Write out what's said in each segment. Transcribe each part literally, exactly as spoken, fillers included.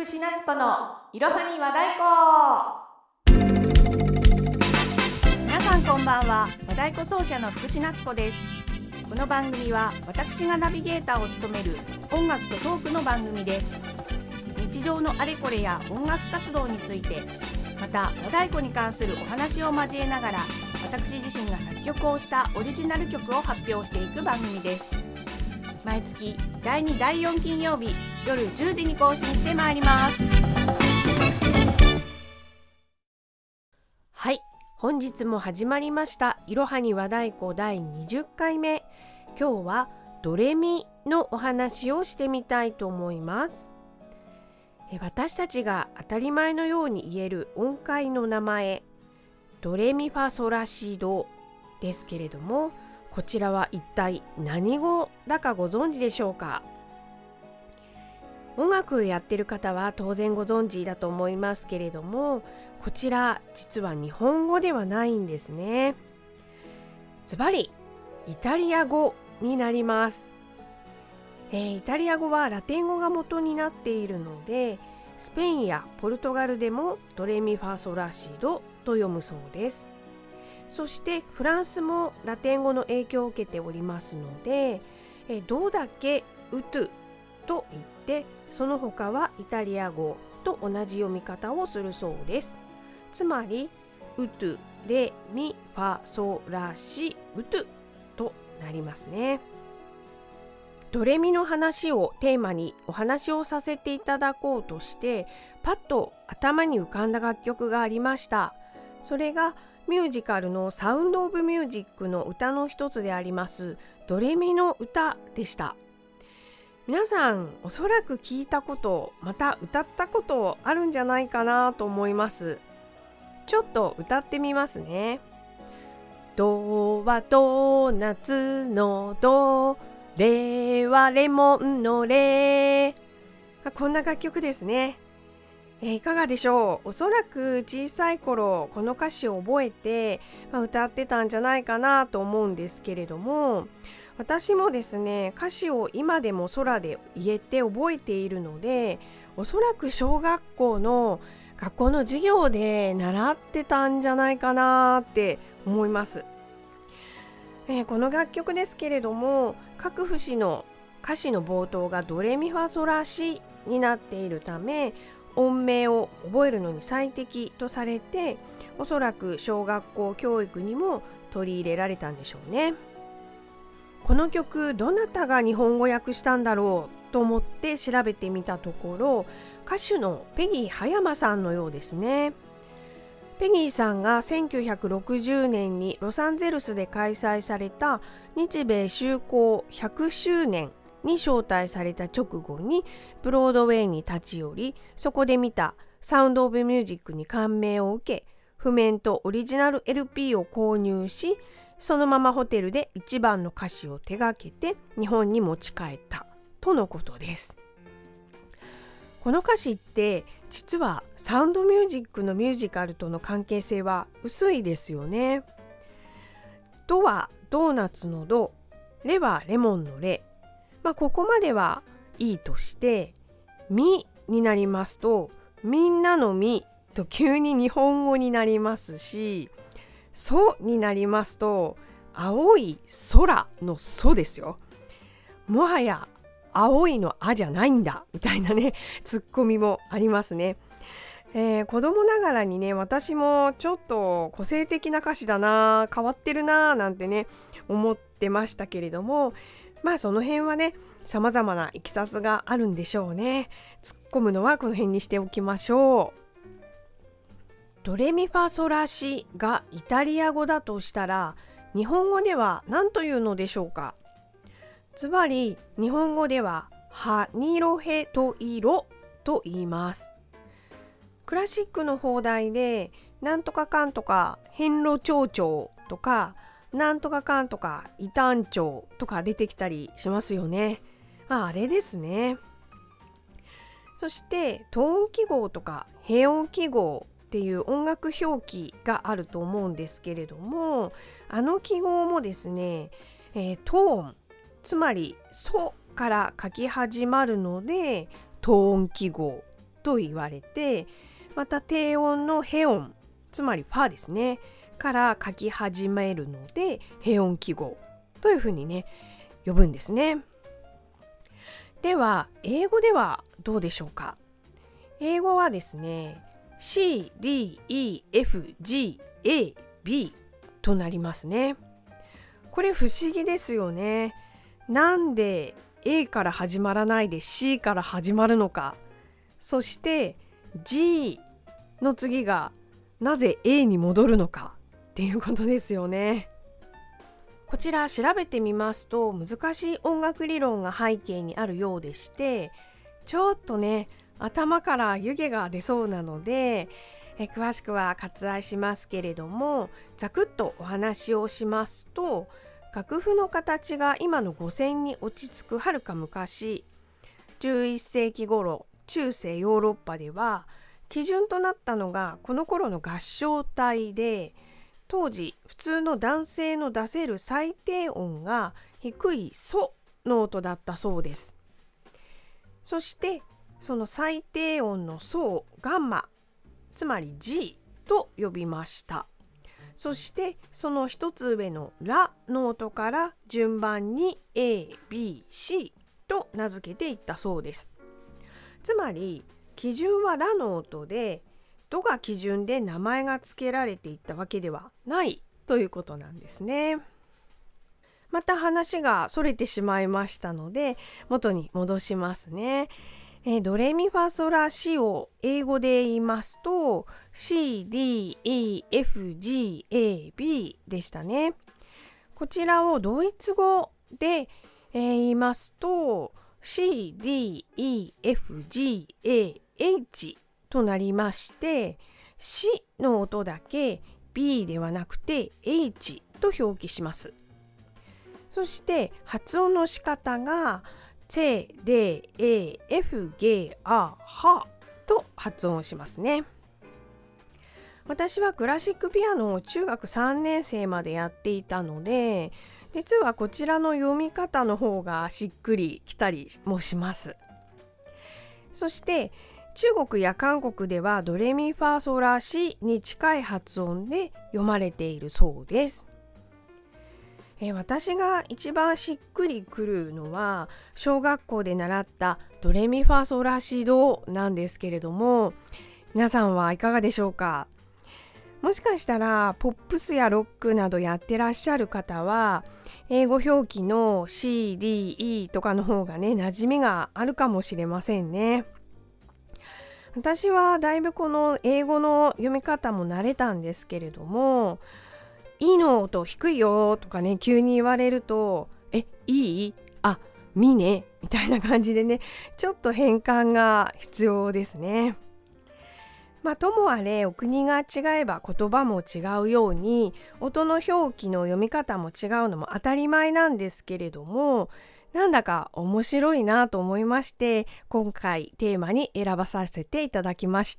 福士夏子のいろはに和太鼓。 皆さんこんばんは。和太鼓奏者の福士夏子です。この番組は私がナビゲーターを務める音楽とトークの番組です。日常のあれこれや音楽活動について、また和太鼓に関するお話を交えながら、私自身が作曲をしたオリジナル曲を発表していく番組です。毎月だいに、だいよん金曜日夜じゅうじに更新してまいります。はい、本日も始まりましたいろはに和太鼓だいにじゅっかいめ。今日はドレミのお話をしてみたいと思います。え私たちが当たり前のように言える音階の名前、ドレミファソラシドですけれども、こちらは一体何語だかご存知でしょうか。音楽やってる方は当然ご存知だと思いますけれども、こちら実は日本語ではないんですね。ズバリイタリア語になります。えー、イタリア語はラテン語が元になっているので、スペインやポルトガルでもドレミファソラシドと読むそうです。そしてフランスもラテン語の影響を受けておりますので、えどうだけウトゥと言って、その他はイタリア語と同じ読み方をするそうです。つまりウトゥレミファソラシウトゥとなりますね。ドレミの話をテーマにお話をさせていただこうとして、パッと頭に浮かんだ楽曲がありました。それがミュージカルのサウンドオブミュージックの歌の一つでありますドレミの歌でした。皆さんおそらく聞いたこと、また歌ったことあるんじゃないかなと思います。ちょっと歌ってみますね。ドはドーナツのド、レはレモンのレ。こんな楽曲ですね。えー、いかがでしょう。おそらく小さい頃この歌詞を覚えて、まあ、歌ってたんじゃないかなと思うんですけれども、私もですね、歌詞を今でも空で言えて覚えているので、おそらく小学校の学校の授業で習ってたんじゃないかなって思います。えー、この楽曲ですけれども、各節の歌詞の冒頭がドレミファソラシになっているため、音名を覚えるのに最適とされて、おそらく小学校教育にも取り入れられたんでしょうね。この曲どなたが日本語訳したんだろうと思って調べてみたところ、歌手のペギー葉山さんのようですね。ペギーさんがせんきゅうひゃくろくじゅうねんにロサンゼルスで開催された日米修好ひゃくしゅうねんに招待された直後にブロードウェイに立ち寄り、そこで見たサウンドオブミュージックに感銘を受け、譜面とオリジナル エルピー を購入し、そのままホテルで一番の歌詞を手掛けて日本に持ち帰ったとのことです。この歌詞って実はサウンドミュージックのミュージカルとの関係性は薄いですよね。ドはドーナツのド、レはレモンのレ。まあ、ここまではいいとして、ミになりますとみんなのミと急に日本語になりますし、ソになりますと青い空のソですよ。もはや青いのあじゃないんだみたいなね、ツッコミもありますね。えー、子供ながらにね、私もちょっと個性的な歌詞だな、変わってるななんてね思ってましたけれども、まあその辺はね、様々ないきさつがあるんでしょうね。突っ込むのはこの辺にしておきましょう。ドレミファソラシがイタリア語だとしたら、日本語では何というのでしょうか。つまり日本語ではハニロヘトイロと言います。クラシックの放題でなんとかかんとか変路長調とかなんとかかんとか異端調とか出てきたりしますよね。まああれですね。そしてトーン記号とか平音記号っていう音楽表記があると思うんですけれども、あの記号もですね、えー、トーン、つまりソから書き始まるのでトーン記号と言われて、また低音のヘ音、つまりファですねから書き始めるのでヘ音記号というふうにね呼ぶんですね。では英語ではどうでしょうか。英語はですね シー、ディー、イー、エフ、ジー、エー、ビー となりますね。これ不思議ですよね。なんで A から始まらないで C から始まるのか、そして G の次がなぜ A に戻るのかっていうことですよね。こちら調べてみますと難しい音楽理論が背景にあるようでして、ちょっとね頭から湯気が出そうなのでえ詳しくは割愛しますけれども、ざくっとお話をしますと、楽譜の形が今の五線に落ち着くはるか昔、じゅういっせいき頃中世ヨーロッパでは基準となったのがこの頃の合唱帯で、当時普通の男性の出せる最低音が低いソの音だったそうです。そしてその最低音のソをガンマ、つまり G と呼びました。そしてその一つ上のラの音から順番に A、B、C と名付けていったそうです。つまり基準はラの音で、ドが基準で名前が付けられていったわけではないということなんですね。また話がそれてしまいましたので元に戻しますね。えドレミファソラシを英語で言いますと シー、ディー、イー、エフ、ジー、エー、ビー でしたね。こちらをドイツ語で、えー、言いますと シー、ディー、イー、エフ、ジー、エー、エイチ となりまして、C の音だけ B ではなくて H と表記します。そして発音の仕方がC、D、A、F、G、A、H と発音しますね。私はクラシックピアノを中学さんねんせいまでやっていたので、実はこちらの読み方の方がしっくりきたりもします。そして中国や韓国ではドレミファソラシに近い発音で読まれているそうです。え私が一番しっくりくるのは小学校で習ったドレミファソラシドなんですけれども、皆さんはいかがでしょうか。もしかしたらポップスやロックなどやってらっしゃる方は英語表記の シー、ディー、イー とかの方がね馴染みがあるかもしれませんね。私はだいぶこの英語の読み方も慣れたんですけれども、いいの音低いよとかね急に言われると、えいいあみねみたいな感じでねちょっと変換が必要ですね。まあともあれお国が違えば言葉も違うように音の表記の読み方も違うのも当たり前なんですけれども、なんだか面白いなと思いまして今回テーマに選ばさせていただきました。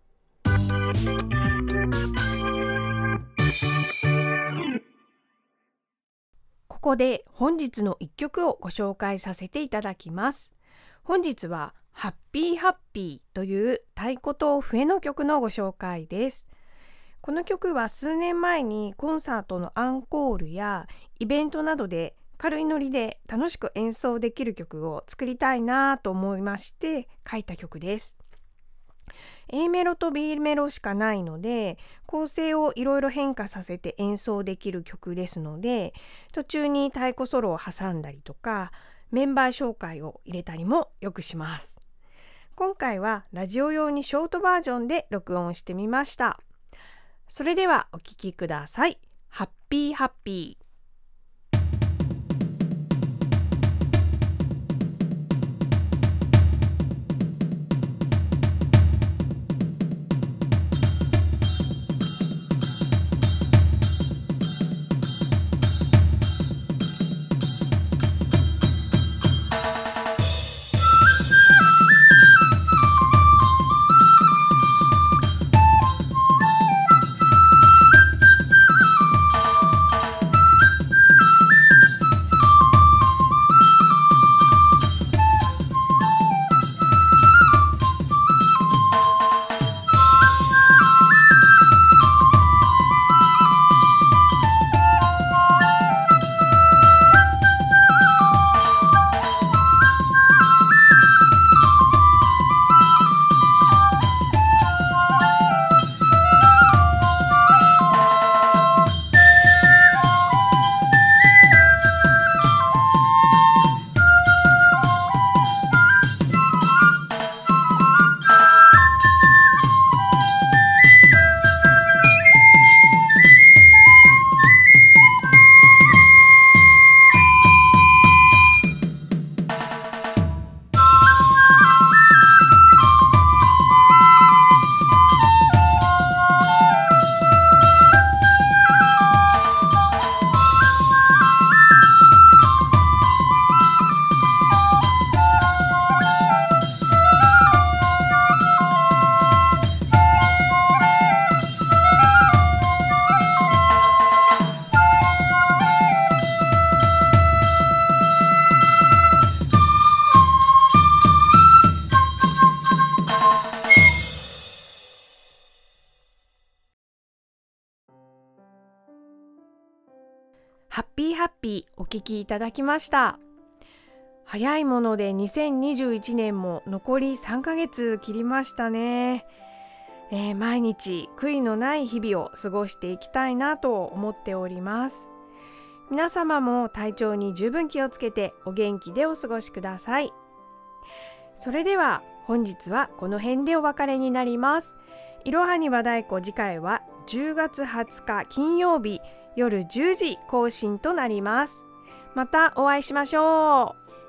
ここで本日のいっきょくをご紹介させていただきます。本日はハッピーハッピーという太鼓と笛の曲のご紹介です。この曲は数年前にコンサートのアンコールやイベントなどで軽いノリで楽しく演奏できる曲を作りたいなと思いまして書いた曲です。A メロと B メロしかないので構成をいろいろ変化させて演奏できる曲ですので、途中に太鼓ソロを挟んだりとかメンバー紹介を入れたりもよくします。今回はラジオ用にショートバージョンで録音してみました。それではお聴きください。ハッピーハッピー。 ピーお聞きいただきました。早いものでにせんにじゅういちねんも残りさんかげつ切りましたね。えー、毎日悔いのない日々を過ごしていきたいなと思っております。皆様も体調に十分気をつけてお元気でお過ごしください。それでは本日はこの辺でお別れになります。いろはに和太鼓、次回はじゅうがつはつか金曜日夜じゅうじ更新となります。またお会いしましょう。